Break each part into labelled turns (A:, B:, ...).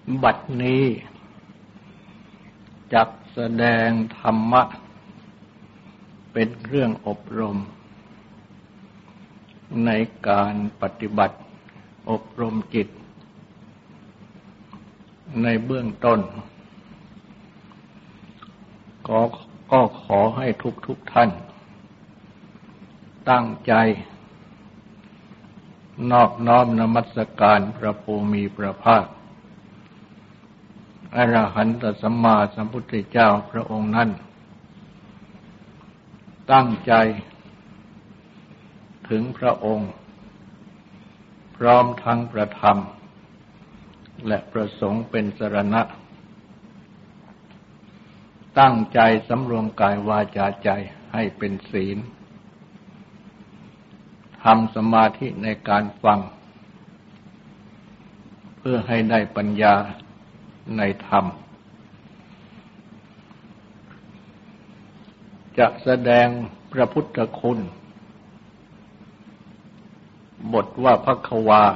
A: บัดนี้จักแสดงธรรมะเป็นเรื่องอบรมในการปฏิบัติอบรมจิตในเบื้องต้นก็ขอให้ทุกท่านตั้งใจนอบน้อมนมัสการพระภูมิพระภาคอรหันตสัมมาสัมพุทธเจ้าพระองค์นั้นตั้งใจถึงพระองค์พร้อมทั้งประธรรมและประสงค์เป็นสรณะตั้งใจสำรวมกายวาจาใจให้เป็นศีลทำสมาธิในการฟังเพื่อให้ได้ปัญญาในธรรมจะแสดงพระพุทธคุณบทว่าภัคควา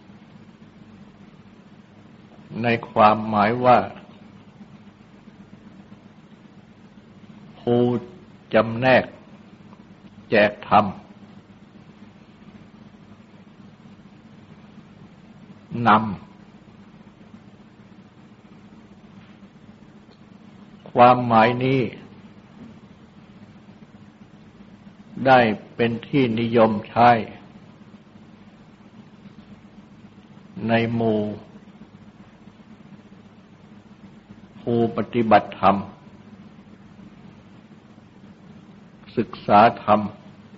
A: ในความหมายว่าผู้จำแนกแจกธรรมนำความหมายนี้ได้เป็นที่นิยมใช้ในหมู่ผู้ปฏิบัติธรรมศึกษาธรรม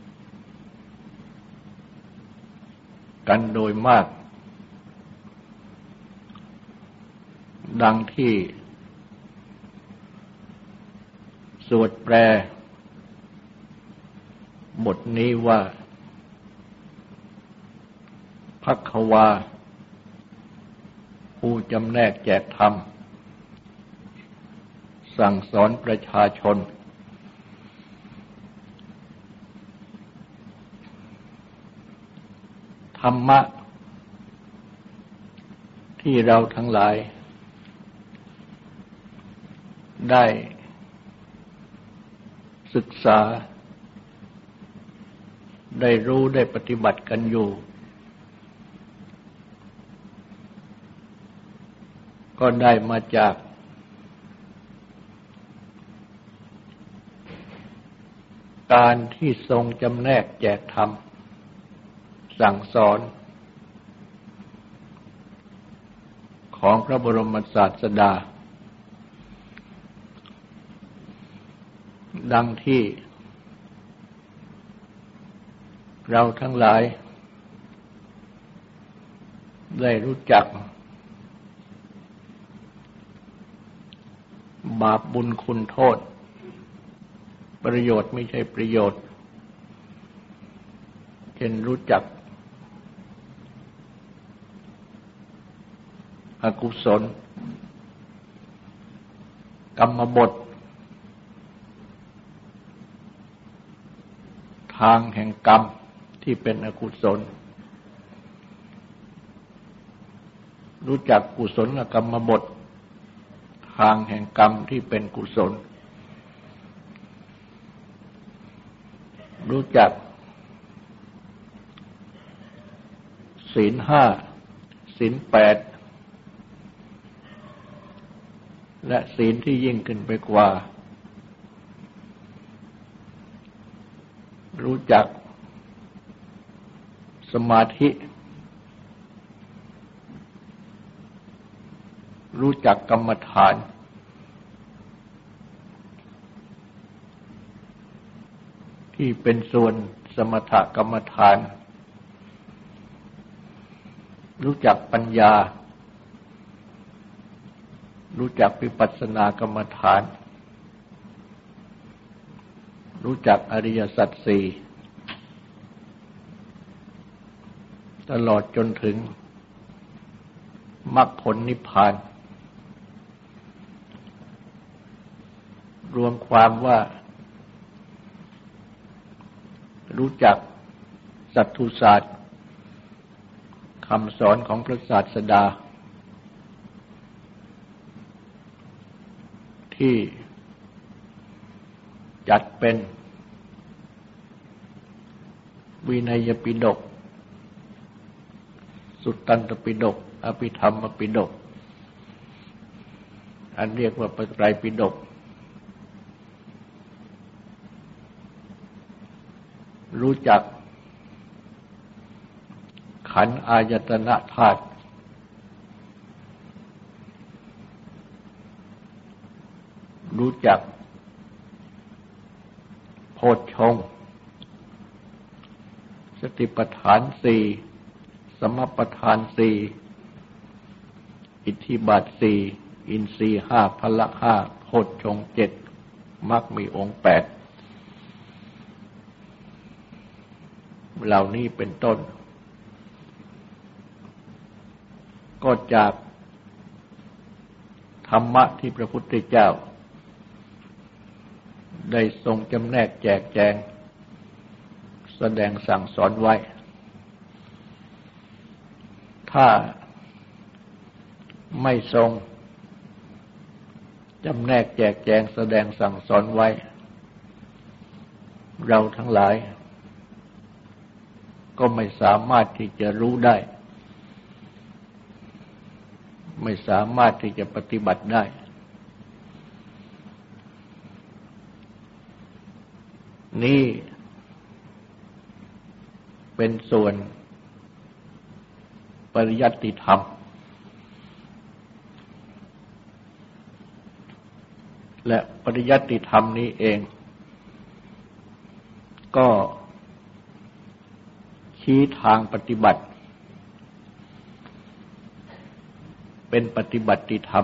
A: กันโดยมากดังที่สวดแปลบทนี้ว่าภัคควาผู้จำแนกแจกธรรมสั่งสอนประชาชนธรรมะที่เราทั้งหลายได้ศึกษาได้รู้ได้ปฏิบัติกันอยู่ก็ได้มาจากการที่ทรงจำแนกแจกธรรมสั่งสอนของพระบรมศาสดาดังที่เราทั้งหลายได้รู้จักบาปบุญคุณโทษประโยชน์ไม่ใช่ประโยชน์เช่นรู้จักอกุศลกรรมบททางแห่งกรรมที่เป็นอกุศลรู้จักกุศลกรรมบททางแห่งกรรมที่เป็นกุศลรู้จักศีลห้าศีลแปดและศีลที่ยิ่งขึ้นไปกว่ารู้จักสมาธิรู้จักกรรมฐานที่เป็นส่วนสมถกรรมฐานรู้จักปัญญารู้จักวิปัสสนากรรมฐานรู้จักอริยสัจสี่ตลอดจนถึงมรรคผลนิพพานรวมความว่ารู้จักสัตถุศาสตร์ คำสอนของพระศาสดาที่จัดเป็นวินัยปิฎกสุตตันตปิฎกอภิธรรมปิฎกอันเรียกว่าไตรปิฎกรู้จักขันธ์อายตนะธาตุรู้จักโพชฌงค์สติปัฏฐานสี่สมปัฏฐานสี่อิทธิบาทสี่อินทรีย์ห้าพละห้าโพชฌงค์เจ็ดมรรคมีองค์แปดเหล่านี้เป็นต้นก็จากธรรมะที่พระพุทธเจ้าได้ทรงจำแนกแจกแจงแสดงสั่งสอนไว้ถ้าไม่ทรงจำแนกแจกแจงแสดงสั่งสอนไว้เราทั้งหลายก็ไม่สามารถที่จะรู้ได้ไม่สามารถที่จะปฏิบัติได้นี่เป็นส่วนปริยัติธรรมและปริยัติธรรมนี้เองก็ชี้ทางปฏิบัติเป็นปฏิบัติธรรม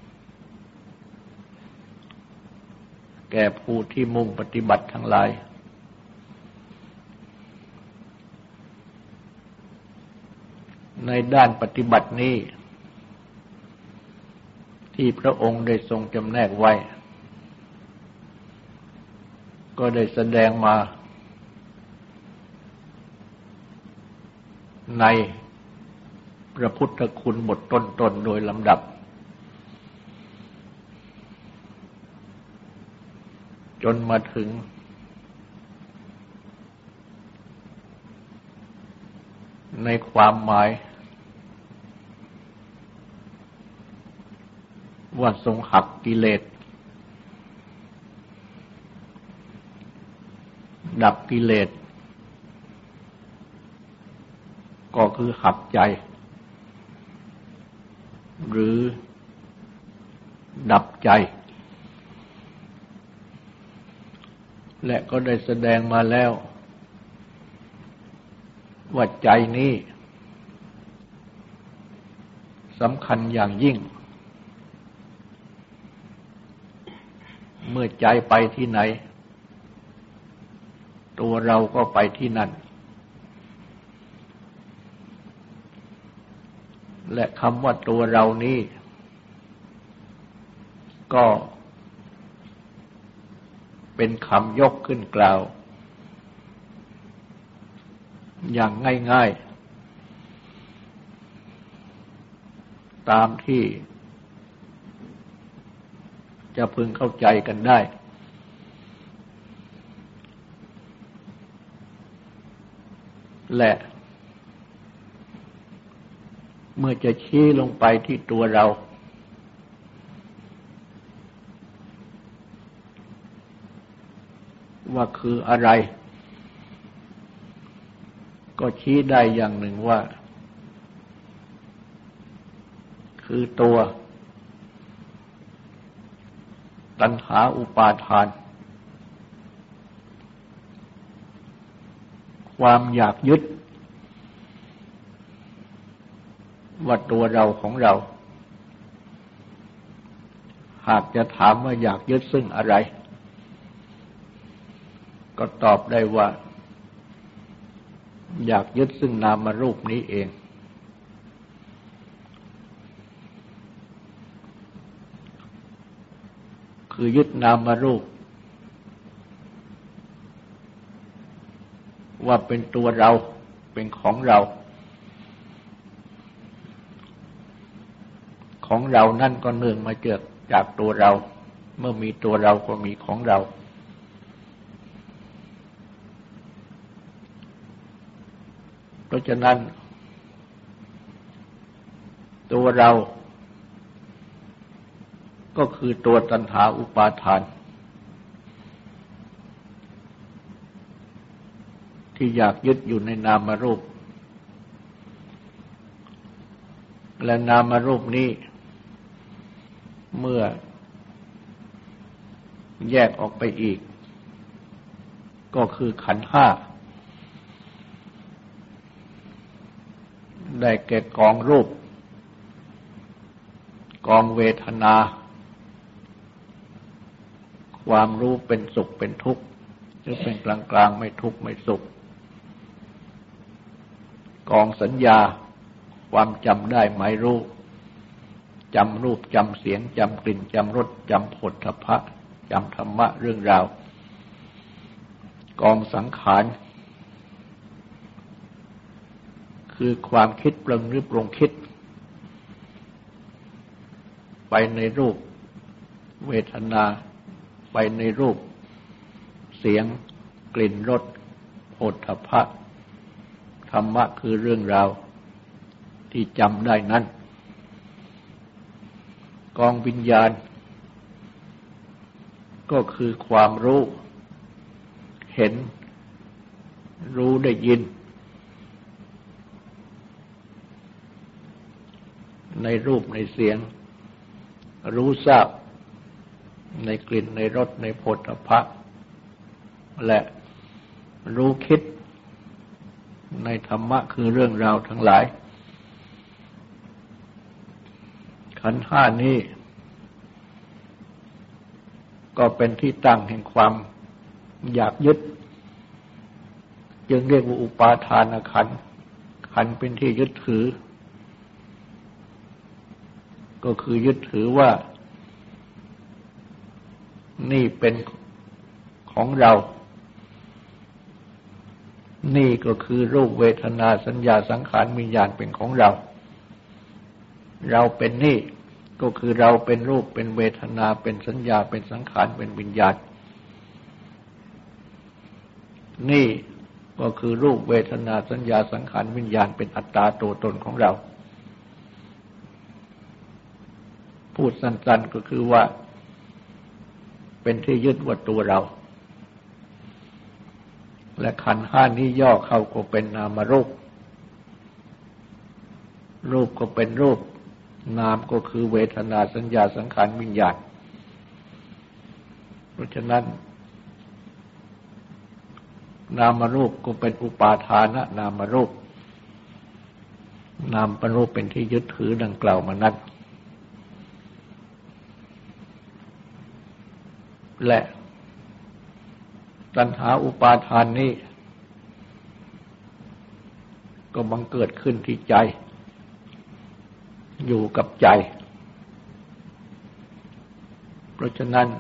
A: แก่ผู้ที่มุ่งปฏิบัติทั้งหลายในด้านปฏิบัตินี้ที่พระองค์ได้ทรงจำแนกไว้ก็ได้แสดงมาในพระพุทธคุณบทต้นๆโดยลำดับจนมาถึงในความหมายว่าทรงหักกิเลสดับกิเลสก็คือหักใจหรือดับใจและก็ได้แสดงมาแล้วว่าใจนี้สำคัญอย่างยิ่งเมื่อใจไปที่ไหนตัวเราก็ไปที่นั่นและคำว่าตัวเรานี้ก็เป็นคำยกขึ้นกล่าวอย่างง่ายๆตามที่จะพึงเข้าใจกันได้และเมื่อจะชี้ลงไปที่ตัวเราว่าคืออะไรก็ชี้ได้อย่างหนึ่งว่าคือตัวตัณหาอุปาทานความอยากยึดว่าตัวเราของเราหากจะถามว่าอยากยึดซึ่งอะไรก็ตอบได้ว่าอยากยึดซึ่งนามรูปนี้เองคือยึดนามรูปว่าเป็นตัวเราเป็นของเราของเรานั่นก็เนื่องมาจากตัวเราเมื่อมีตัวเราก็มีของเราเพราะฉะนั้นตัวเราก็คือตัวตัณหาอุปาทานที่อยากยึดอยู่ในนามรูปและนามรูปนี้เมื่อแยกออกไปอีกก็คือขันธ์ห้าได้แก่กองรูปกองเวทนาความรู้เป็นสุขเป็นทุกข์หรือเป็นกลางๆไม่ทุกข์ไม่สุขกองสัญญาความจำได้หมายรู้จำรูปจำเสียงจำกลิ่นจำรสจำโผฏฐัพพะจำธรรมะเรื่องราวกองสังขารคือความคิดปรุงหรือปรุงคิดไปในรูปเวทนาไปในรูปเสียงกลิ่นรสโผฏฐัพพะธรรมะคือเรื่องราวที่จำได้นั้นกองวิญญาณก็คือความรู้เห็นรู้ได้ยินในรูปในเสียงรู้ทราบในกลิ่นในรสในโผฏฐัพพะและรู้คิดในธรรมะคือเรื่องราวทั้งหลายขันธ์ห้านี้ก็เป็นที่ตั้งแห่งความอยากยึดจึงเรียกว่าอุปาทานขันธ์ขันธ์เป็นที่ยึดถือก็คือยึดถือว่านี่เป็นของเรานี่ก็คือรูปเวทนาสัญญาสังขารวิญญาณเป็นของเราเราเป็นนี่ก็คือเราเป็นรูปเป็นเวทนาเป็นสัญญาเป็นสังขารเป็นวิญญาณนี่ก็คือรูปเวทนาสัญญาสังขารวิญญาณเป็นอัตตาตัวตนของเราพูดสั้นๆก็คือว่าเป็นที่ยึดว่าตัวเราและขันธ์ห้านี้ย่อเข้าก็เป็นนามรูปรูปก็เป็นรูปนามก็คือเวทนาสัญญาสังขารวิญญาณเพราะฉะนั้นนามรูปก็เป็นอุปาทานนามรูปนามรูปเป็นที่ยึดถือดังกล่าวมานั้นและตัณหาอุปาทานนี้ก็บังเกิดขึ้นที่ใจอยู่กับใจเพราะฉะนั้น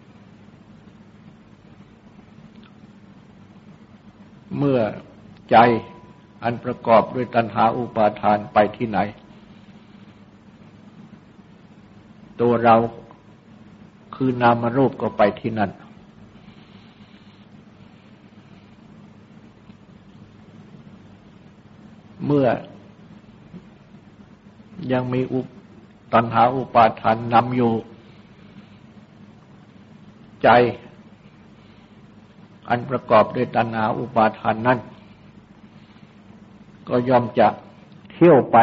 A: เมื่อใจอันประกอบด้วยตัณหาอุปาทานไปที่ไหนตัวเราคือนามรูปก็ไปที่นั่นเมื่อยังมีตัณหาอุปาทานนำอยู่ใจอันประกอบด้วยตัณหาอุปาทานนั้นก็ย่อมจะเที่ยวไป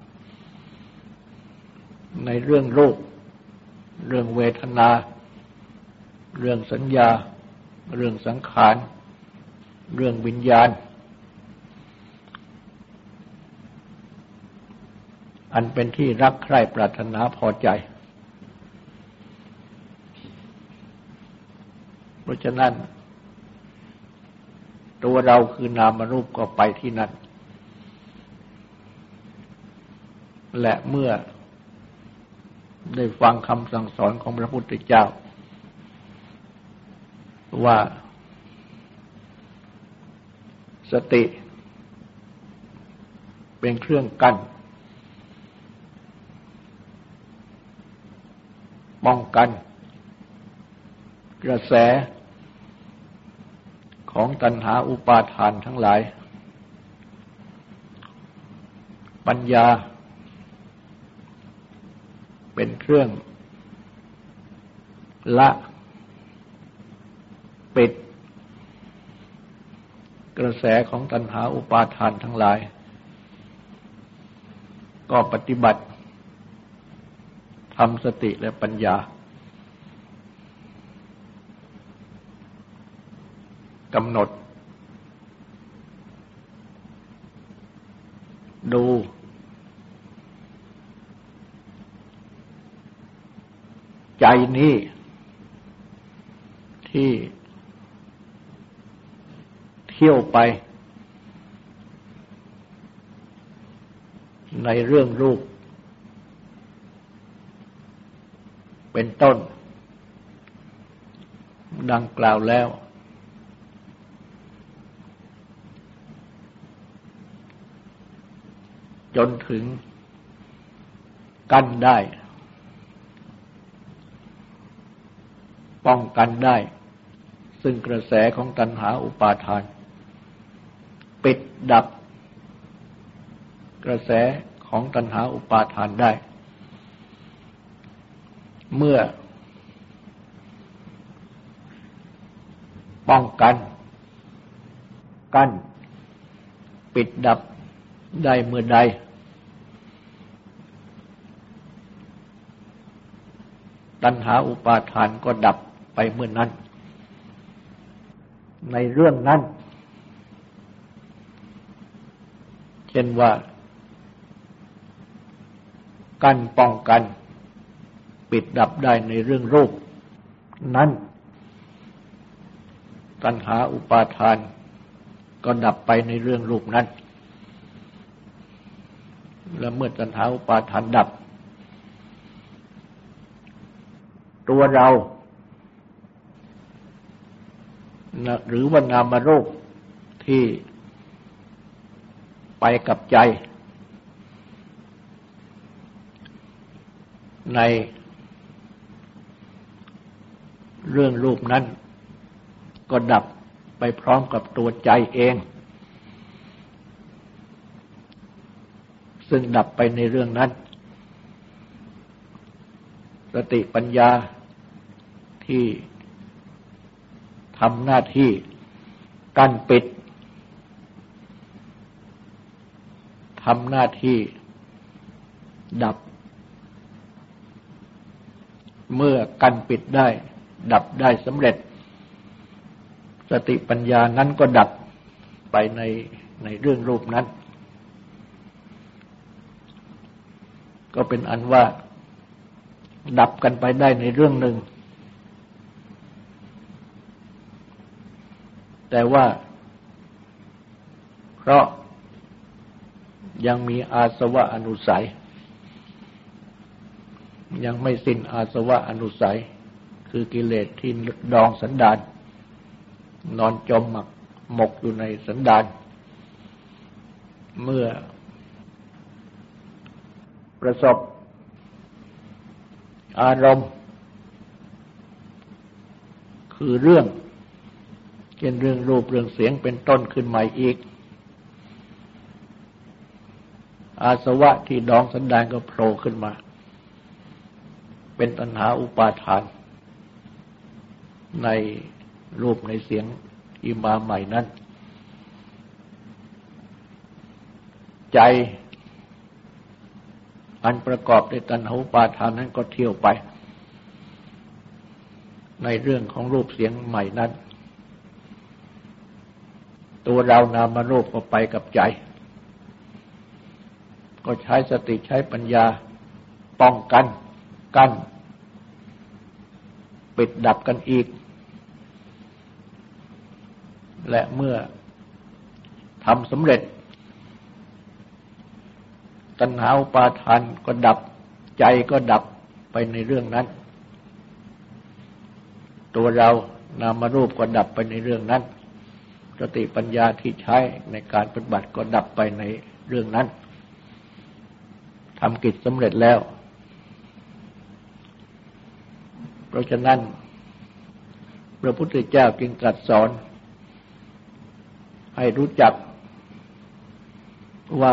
A: ในเรื่องรูปเรื่องเวทนาเรื่องสัญญาเรื่องสังขารเรื่องวิญญาณอันเป็นที่รักใคร่ปรารถนาพอใจเพราะฉะนั้นตัวเราคือนามรูปก็ไปที่นั่นและเมื่อได้ฟังคำสั่งสอนของพระพุทธเจ้าว่าสติเป็นเครื่องกั้นป้องกันกระแสของตัณหาอุปาทานทั้งหลายปัญญาเป็นเครื่องละปิดกระแสของตัณหาอุปาทานทั้งหลายก็ปฏิบัติทำสติและปัญญากำหนดดูใจนี้ที่เที่ยวไปในเรื่องรูปเป็นต้นดังกล่าวแล้วจนถึงกั้นได้ป้องกันได้ซึ่งกระแสของตัณหาอุปาทานปิดดับกระแสของตัณหาอุปาทานได้เมื่อป้องกันกั้นปิดดับได้เมื่อใดตัณหาอุปาทานก็ดับไปเมื่อนั้นในเรื่องนั้นเช่นว่ากั้นป้องกันปิดดับได้ในเรื่องรูปนั้นตัณหาอุปาทานก็ดับไปในเรื่องรูปนั้นและเมื่อตัณหาอุปาทานดับตัวเราหรือว่านามรูปที่ไปกับใจในเรื่องรูปนั้นก็ดับไปพร้อมกับตัวใจเองซึ่งดับไปในเรื่องนั้นสติปัญญาที่ทำหน้าที่กั้นปิดทำหน้าที่ดับเมื่อกั้นปิดได้ดับได้สำเร็จสติปัญญานั้นก็ดับไปในเรื่องรูปนั้นก็เป็นอันว่าดับกันไปได้ในเรื่องหนึ่งแต่ว่าเพราะยังมีอาสวะอนุสัยยังไม่สิ้นอาสวะอนุสัยคือกิเลสที่ดองสันดานนอนจมหมกอยู่ในสันดานเมื่อประสบอารมณ์คือเรื่องเช่นเรื่องรูปเรื่องเสียงเป็นต้นขึ้นใหม่อีกอาสวะที่ดองสันดานก็โผล่ขึ้นมาเป็นตัณหาอุปาทานในรูปในเสียงที่มาใหม่นั้นใจอันประกอบด้วยตัณหาอุปาทานนั้นก็เที่ยวไปในเรื่องของรูปเสียงใหม่นั้นตัวเรานามรูปก็ไปกับใจก็ใช้สติใช้ปัญญาป้องกันกั้นปิดดับกันอีกและเมื่อทำสำเร็จตัณหาอุปาทานก็ดับใจก็ดับไปในเรื่องนั้นตัวเรานามรูปก็ดับไปในเรื่องนั้นสติปัญญาที่ใช้ในการปฏิบัติก็ดับไปในเรื่องนั้นทำกิจสำเร็จแล้วเพราะฉะนั้นระพุทธเจ้าจึงตรัสสอนให้รู้จักว่า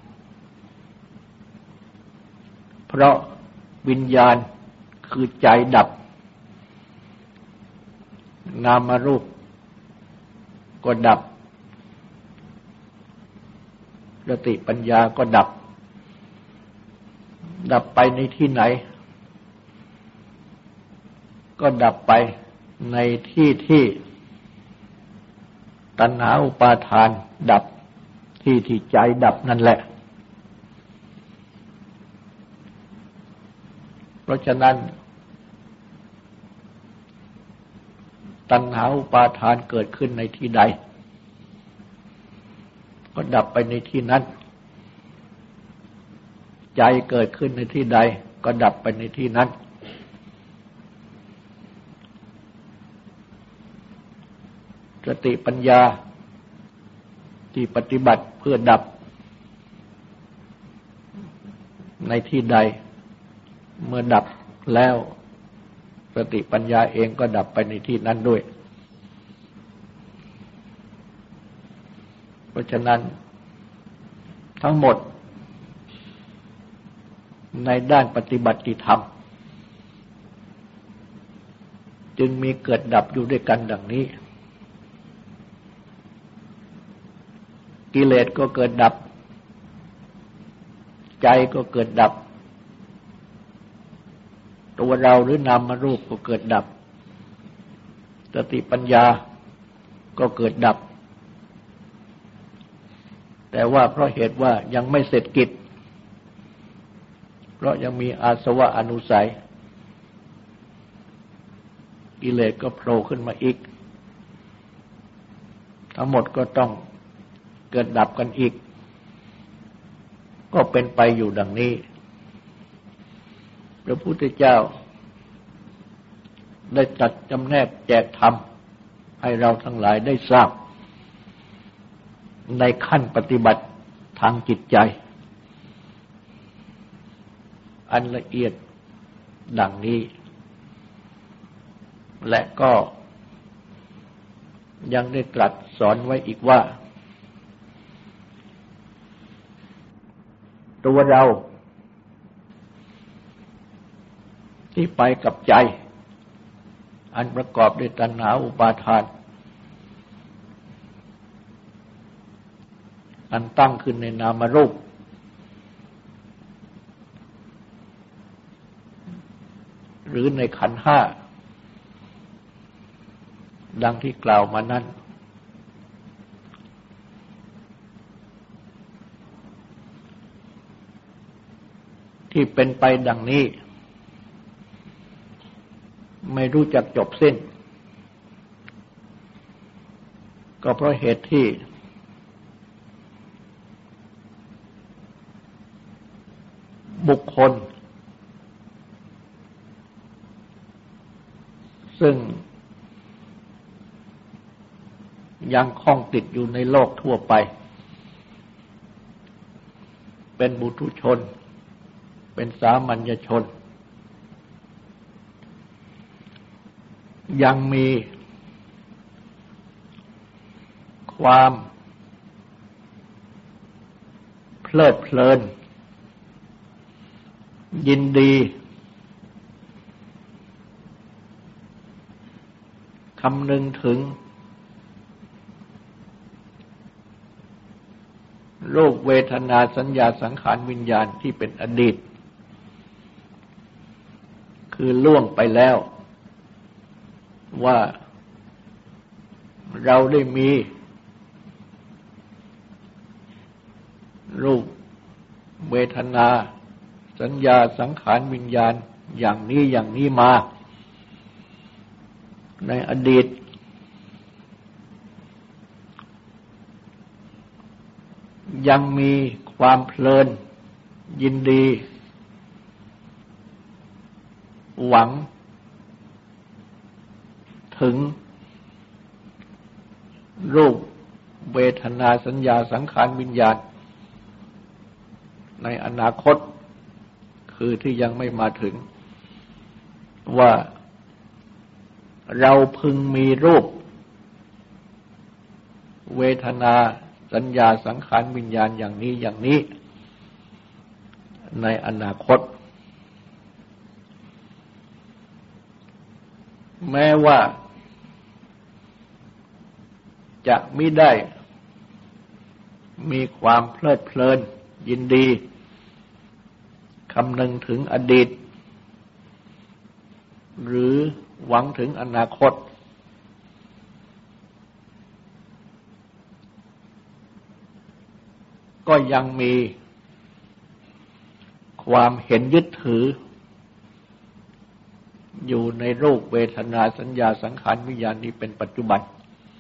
A: เพราะวิญญาณคือใจดับนามรูปก็ดับสติปัญญาก็ดับไปในที่ไหนก็ดับไปในที่ที่ตัณหาอุปาทานดับที่ที่ใจดับนั่นแหละเพราะฉะนั้นตัณหาอุปาทานเกิดขึ้นในที่ใดก็ดับไปในที่นั้นใจเกิดขึ้นในที่ใดก็ดับไปในที่นั้นสติปัญญาที่ปฏิบัติเพื่อดับในที่ใดเมื่อดับแล้วสติปัญญาเองก็ดับไปในที่นั้นด้วยเพราะฉะนั้นทั้งหมดในด้านปฏิบัติธรรมจึงมีเกิดดับอยู่ด้วยกันดังนี้กิเลสก็เกิดดับใจก็เกิดดับตัวเราหรือนามรูปก็เกิดดับสติปัญญาก็เกิดดับแต่ว่าเพราะเหตุว่ายังไม่เสร็จกิจเพราะยังมีอาสวะอนุสัยกิเลสก็โผล่ขึ้นมาอีกทั้งหมดก็ต้องเกิดดับกันอีกก็เป็นไปอยู่ดังนี้พระพุทธเจ้าได้ตรัสจำแนกแจกธรรมให้เราทั้งหลายได้ทราบในขั้นปฏิบัติทางจิตใจอันละเอียดดังนี้และก็ยังได้ตรัสสอนไว้อีกว่าตัวเราที่ไปกับใจอันประกอบด้วยตัณหาอุปาทานอันตั้งขึ้นในนามรูปหรือในขันธ์ห้าดังที่กล่าวมานั้นที่เป็นไปดังนี้ไม่รู้จักจบสิ้นก็เพราะเหตุที่บุคคลซึ่งยังคล้องติดอยู่ในโลกทั่วไปเป็นบุถุชนเป็นสามัญชนยังมีความเพลิดเพลินยินดีคำนึงถึงรูปเวทนาสัญญาสังขารวิญญาณที่เป็นอดีตคือล่วงไปแล้วว่าเราได้มีรูปเวทนาสัญญาสังขารวิญญาณอย่างนี้มาในอดีตยังมีความเพลินยินดีหวังถึงรูปเวทนาสัญญาสังขารวิญญาณในอนาคตคือที่ยังไม่มาถึงว่าเราพึงมีรูปเวทนาสัญญาสังขารวิญญาณอย่างนี้อย่างนี้ในอนาคตแม้ว่าจะมิได้มีความเพลิดเพลินยินดีคำนึงถึงอดีตหรือหวังถึงอนาคตก็ยังมีความเห็นยึดถืออยู่ในรูปเวทนาสัญญาสังขารวิญญาณนี้เป็นปัจจุบัน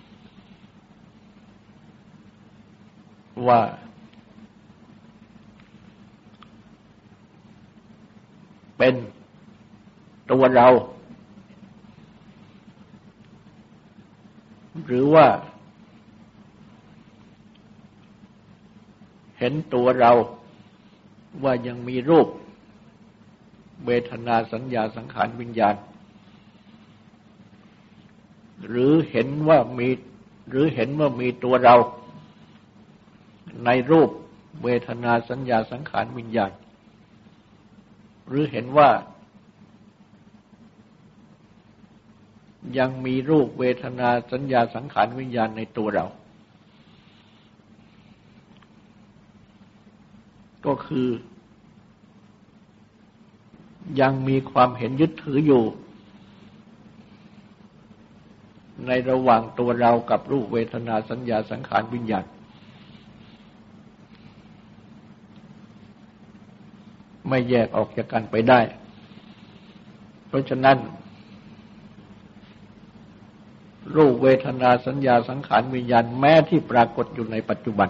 A: ว่าเป็นตัวเราหรือว่าเห็นตัวเราว่ายังมีรูปเวทนาสัญญาสังขารวิญญาณหรือเห็นว่ามีตัวเราในรูปเวทนาสัญญาสังขารวิญญาณหรือเห็นว่ายังมีรูปเวทนาสัญญาสังขารวิญญาณในตัวเราก็คือยังมีความเห็นยึดถืออยู่ในระหว่างตัวเรากับรูปเวทนาสัญญาสังขารวิญญาณไม่แยกออกจากกันไปได้เพราะฉะนั้นรูปเวทนาสัญญาสังขารวิญญาณแม้ที่ปรากฏอยู่ในปัจจุบัน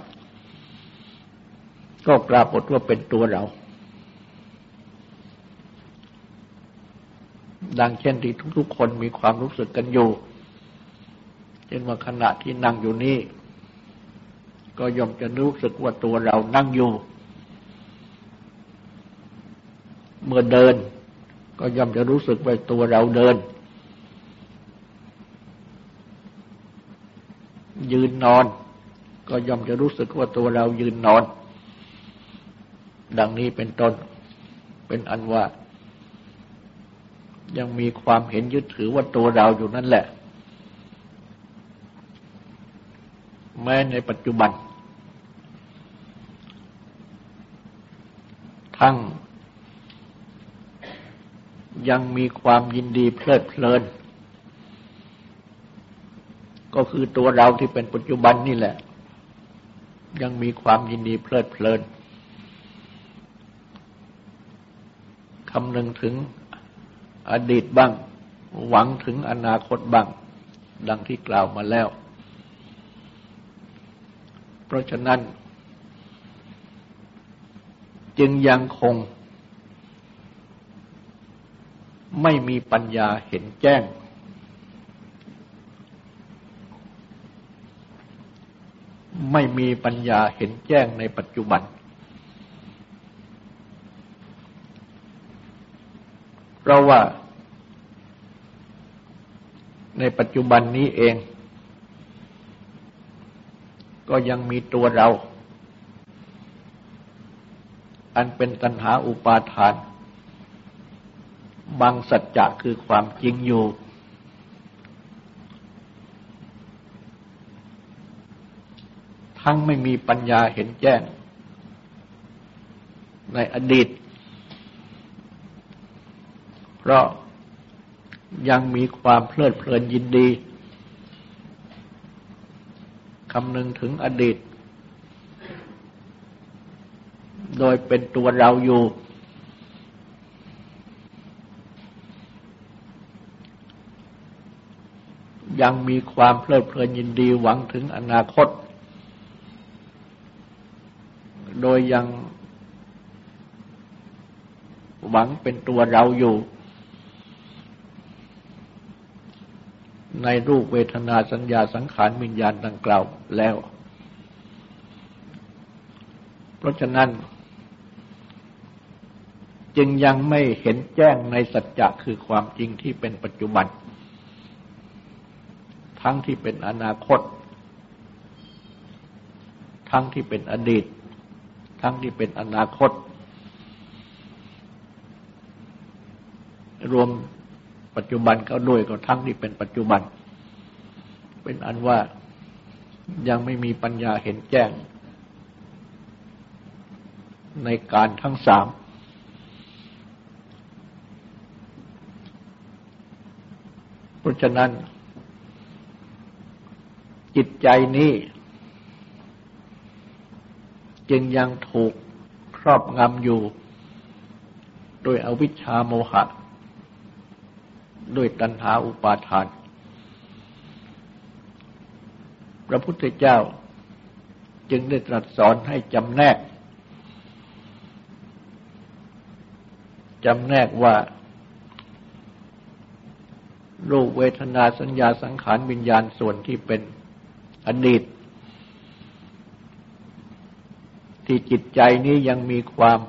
A: ก็ปรากฏว่าเป็นตัวเราดังเช่นที่ทุกๆคนมีความรู้สึกกันอยู่เช่นว่าขณะที่นั่งอยู่นี้ก็ย่อมจะรู้สึกว่าตัวเรานั่งอยู่เมื่อเดินก็ย่อมจะรู้สึกว่าตัวเราเดินยืนนอนก็ย่อมจะรู้สึกว่าตัวเรายืนนอนดังนี้เป็นต้นเป็นอันว่ายังมีความเห็นยึดถือว่าตัวเราอยู่นั่นแหละแม้ในปัจจุบันทั้งยังมีความยินดีเพลิดเพลินก็คือตัวเราที่เป็นปัจจุบันนี่แหละยังมีความยินดีเพลิดเพลินคำนึงถึงอดีตบ้างหวังถึงอนาคตบ้างดังที่กล่าวมาแล้วเพราะฉะนั้นจึงยังคงไม่มีปัญญาเห็นแจ้งไม่มีปัญญาเห็นแจ้งในปัจจุบันเพราะว่าในปัจจุบันนี้เองก็ยังมีตัวเราอันเป็นตัณหาอุปาทานบังสัจจะคือความจริงอยู่ทั้งไม่มีปัญญาเห็นแจ้งในอดีตเพราะยังมีความเพลิดเพลินยินดีคำนึงถึงอดีตโดยเป็นตัวเราอยู่ยังมีความเพลิดเพลินยินดีหวังถึงอนาคตโดยยังหวังเป็นตัวเราอยู่ในรูปเวทนาสัญญาสังขารวิญญาณดังกล่าวแล้วเพราะฉะนั้นจึงยังไม่เห็นแจ้งในสัจจะคือความจริงที่เป็นปัจจุบันทั้งที่เป็นอนาคตทั้งที่เป็นอดีตทั้งที่เป็นอนาคตรวมปัจจุบันก็ด้วยก็ทั้งที่เป็นปัจจุบันเป็นอันว่ายังไม่มีปัญญาเห็นแจ้งในการทั้งสามเพราะฉะนั้นจิตใจนี้จึงยังถูกครอบงำอยู่โดยอวิชชาโมหะด้วยตัณหาอุปาทานพระพุทธเจ้าจึงได้ตรัสสอนให้จำแนกว่ารูปเวทนาสัญญาสังขารวิญญาณส่วนที่เป็นอดีตที่จิตใจนี้ยังมีความ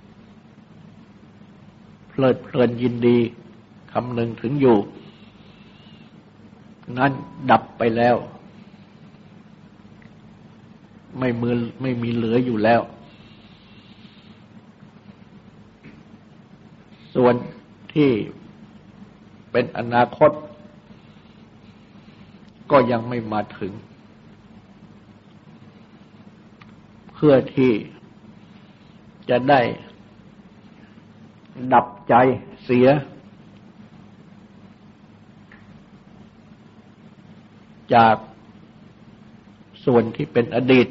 A: เพลิดเพลินยินดีคำนึงถึงอยู่นั้นดับไปแล้วไม่มีเหลืออยู่แล้วส่วนที่เป็นอนาคตก็ยังไม่มาถึงเพื่อที่จะได้ดับใจเสียจากส่วนที่เป็นอดีต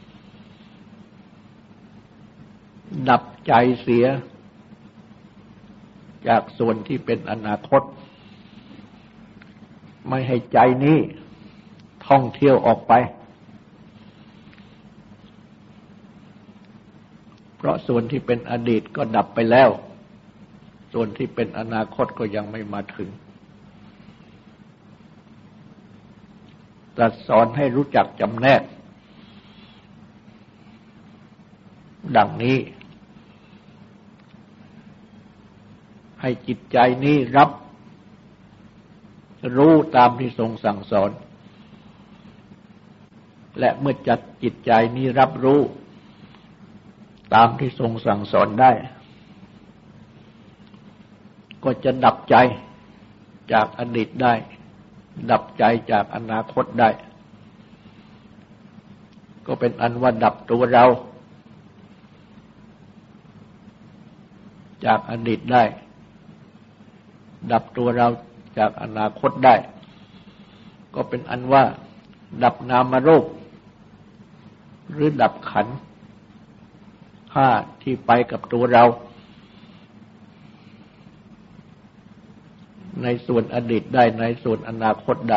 A: ดับใจเสียจากส่วนที่เป็นอนาคตไม่ให้ใจนี้ท่องเที่ยวออกไปเพราะส่วนที่เป็นอดีตก็ดับไปแล้วส่วนที่เป็นอนาคตก็ยังไม่มาถึงตรัสสอนให้รู้จักจำแนกดังนี้ให้จิตใจนี้รับรู้ตามที่ทรงสั่งสอนและเมื่อจัดจิตใจนี้รับรู้ตามที่ทรงสั่งสอนได้ก็จะดับใจจากอดีตได้ดับใจจากอนาคตได้ก็เป็นอันว่าดับตัวเราจากอดีตได้ดับตัวเราจากอนาคตได้ก็เป็นอันว่าดับนามรูปหรือดับขันธ์ห้าที่ไปกับตัวเราในส่วนอดีตได้ในส่วนอนาคตได้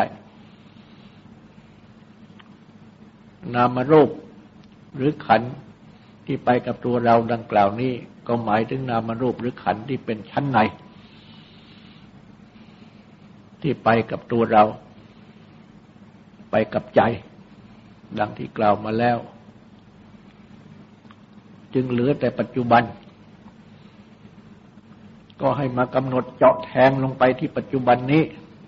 A: นามรูปหรือขันธ์ที่ไปกับตัวเราดังกล่าวนี้ก็หมายถึงนามรูปหรือขันธ์ที่เป็นชั้นในที่ไปกับตัวเราไปกับใจดังที่กล่าวมาแล้วจึงเหลือแต่ปัจจุบันก็ให้มากำหนดเจาะแทงลงไปที่ปัจจุบันนี้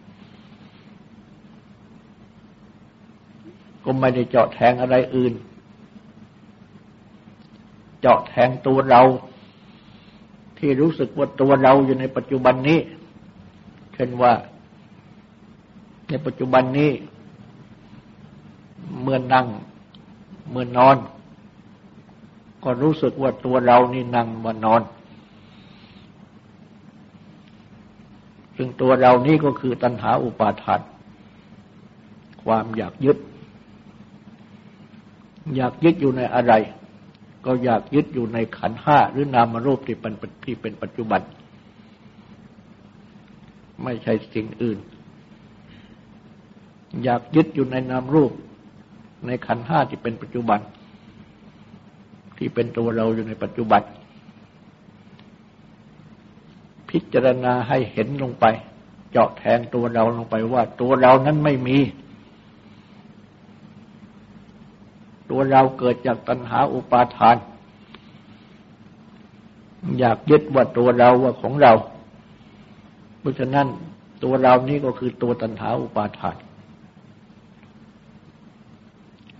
A: ก็ไม่ได้เจาะแทงอะไรอื่นเจาะแทงตัวเราที่รู้สึกว่าตัวเราอยู่ในปัจจุบันนี้เช่นว่าในปัจจุบันนี้เมื่อนั่งเมื่อนอนก็รู้สึกว่าตัวเรานี่นั่งว่านอนซึ่งตัวเรานี่ก็คือตัณหาอุปาทานความอยากยึดอยู่ในอะไรก็อยากยึดอยู่ในขันธ์ห้าหรือนามรูปที่เป็นปัจจุบันไม่ใช่สิ่งอื่นอยากยึดอยู่ในนามรูปในขันธ์ห้าที่เป็นปัจจุบันที่เป็นตัวเราอยู่ในปัจจุบันพิจารณาให้เห็นลงไปเจาะแทงตัวเราลงไปว่าตัวเรานั้นไม่มีตัวเราเกิดจากตัณหาอุปาทานอยากยึดว่าตัวเราว่าของเราเพราะฉะนั้นตัวเรานี้ก็คือตัวตัณหาอุปาทาน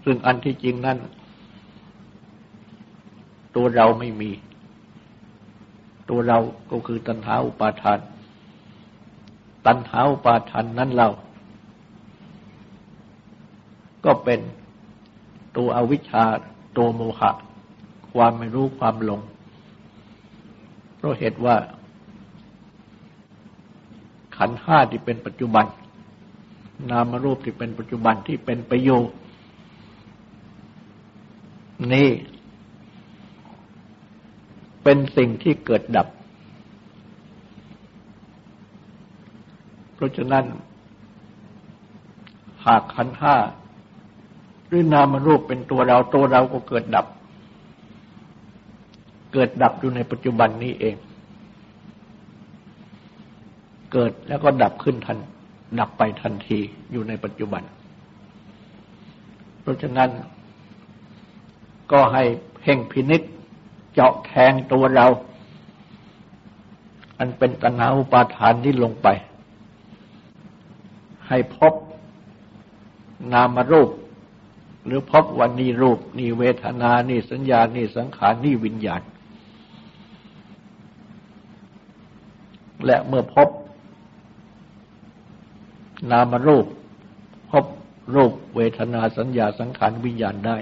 A: ซึ่งอันที่จริงนั้นตัวเราไม่มีตัวเราก็คือตัณหาอุปาทานตัณหาอุปาทานนั้นเราก็เป็นตัวอวิชชาตัวโมหะความไม่รู้ความหลงเพราะเหตุว่าขันธ์ห้าที่เป็นปัจจุบันนามรูปที่เป็นปัจจุบันที่เป็นประโยชน์นี่เป็นสิ่งที่เกิดดับเพราะฉะนั้นหากขันธ์ห้าหรือนามรูปเป็นตัวเราตัวเราก็เกิดดับอยู่ในปัจจุบันนี้เองเกิดแล้วก็ดับขึ้นทันดับไปทันทีอยู่ในปัจจุบันเพราะฉะนั้นก็ให้เพ่งพินิจเจาะแทงตัวเราอันเป็นตัณหาอุปาทานนี้ลงไปให้พบนามรูปหรือพบว่านี่รูปนี่เวทนานี่สัญญานี่สังขารนี่วิญญาณและเมื่อพบนามรูปพบรูปเวทนาสัญญาสังขารวิญญาณได้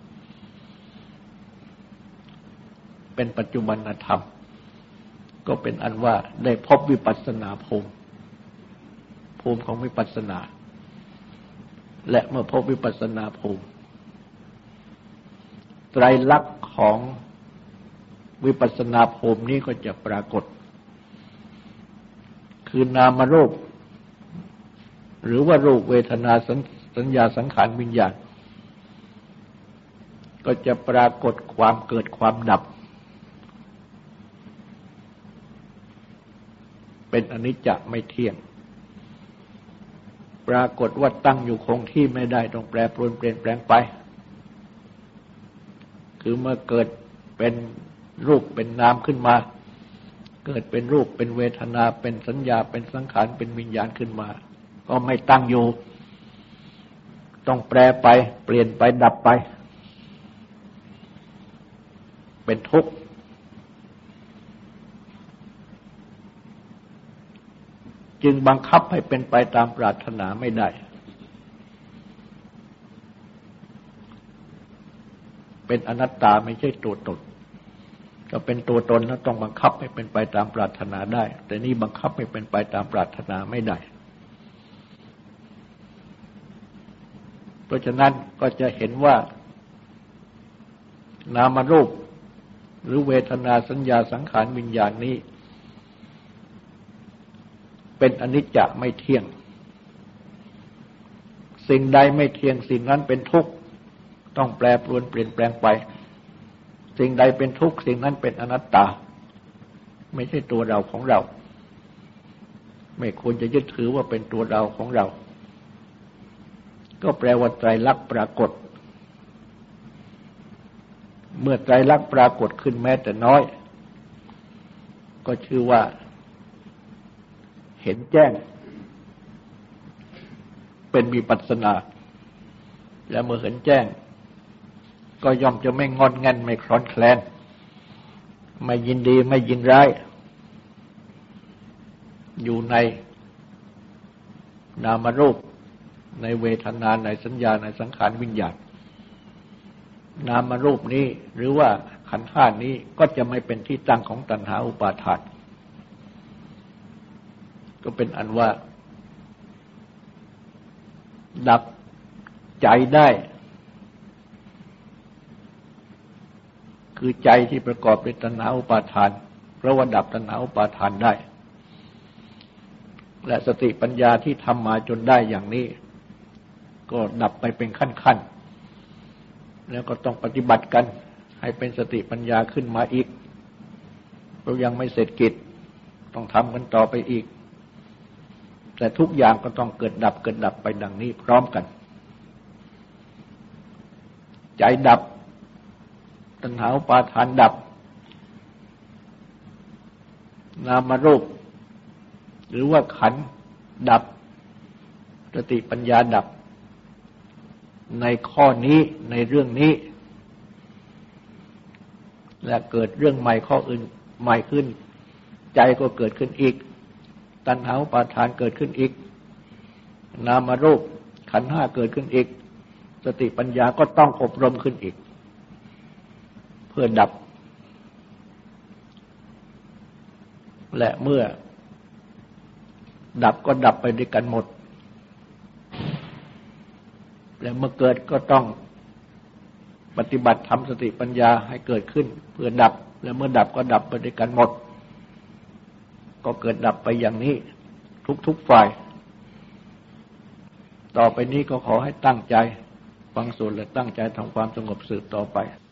A: เป็นปัจจุบันธรรมก็เป็นอันว่าได้พบวิปัสสนาภูมิของวิปัสสนาและเมื่อพบวิปัสสนาภูมิไตรลักษณ์ของวิปัสสนาภูมินี้ก็จะปรากฏคือนามรูปหรือว่ารูปเวทนาสัญญาสังขารวิญญาณก็จะปรากฏความเกิดความดับเป็นอนิจจไม่เที่ยงปรากฏว่าตั้งอยู่คงที่ไม่ได้ต้องแปรปรวนเปลี่ยนแปลงไปคือเมื่อเกิดเป็นรูปเป็นนามขึ้นมาเกิดเป็นรูปเป็นเวทนาเป็นสัญญาเป็นสังขารเป็นวิญญาณขึ้นมาก็ไม่ตั้งอยู่ต้องแปรไปเปลี่ยนไปดับไปเป็นทุกข์จึงบังคับให้เป็นไปตามปรารถนาไม่ได้เป็นอนัตตาไม่ใช่ตัวตนถ้าเป็นตัวตนแล้วต้องบังคับให้เป็นไปตามปรารถนาได้แต่นี่บังคับให้เป็นไปตามปรารถนาไม่ได้เพราะฉะนั้นก็จะเห็นว่านามรูปหรือเวทนาสัญญาสังขารวิญญาณนี้เป็นอนิจจไม่เที่ยงสิ่งใดไม่เที่ยงสิ่งนั้นเป็นทุกข์ต้องแปรปรวนเปลี่ยนแปลงไปสิ่งใดเป็นทุกข์สิ่งนั้นเป็นอนัตตาไม่ใช่ตัวเราของเราไม่ควรจะยึดถือว่าเป็นตัวเราของเราก็แปลว่าไตรลักษณ์ปรากฏเมื่อไตรลักษณ์ปรากฏขึ้นแม้แต่น้อยก็ชื่อว่าเห็นแจ้งเป็นวิปัสสนาและเมื่อเห็นแจ้งก็ย่อมจะไม่งอนแง่นไม่คลอนแคลนไม่ยินดีไม่ยินร้ายอยู่ในนามรูปในเวทนาในสัญญาในสังขารวิญญาณนามรูปนี้หรือว่าขันธ์ห้านี้ก็จะไม่เป็นที่ตั้งของตัณหาอุปาทานก็เป็นอันว่าดับใจได้คือใจที่ประกอบด้วยตัณหาอุปาทานเพราะว่าดับตัณหาอุปาทานได้และสติปัญญาที่ทำมาจนได้อย่างนี้ก็ดับไปเป็นขั้นๆแล้วก็ต้องปฏิบัติกันให้เป็นสติปัญญาขึ้นมาอีกเรายังไม่เสร็จกิจต้องทำกันต่อไปอีกแต่ทุกอย่างก็ต้องเกิดดับไปดังนี้พร้อมกันใจดับตัณหาอุปาทานดับนามรูปหรือว่าขันธ์ดับสติปัญญาดับในข้อนี้ในเรื่องนี้และเกิดเรื่องใหม่ข้ออื่นใหม่ขึ้นใจก็เกิดขึ้นอีกตัณหาอุปาทานเกิดขึ้นอีกนามรูปขันธ์ห้าเกิดขึ้นอีกสติปัญญาก็ต้องอบรมขึ้นอีกเพื่อดับและเมื่อดับก็ดับไปด้วยกันหมดและเมื่อเกิดก็ต้องปฏิบัติทำสติปัญญาให้เกิดขึ้นเพื่อดับและเมื่อดับก็ดับไปด้วยกันหมดก็เกิดดับไปอย่างนี้ทุกฝ่ายต่อไปนี้ก็ขอให้ตั้งใจฟังสวดและตั้งใจทำความสงบสืบต่อไป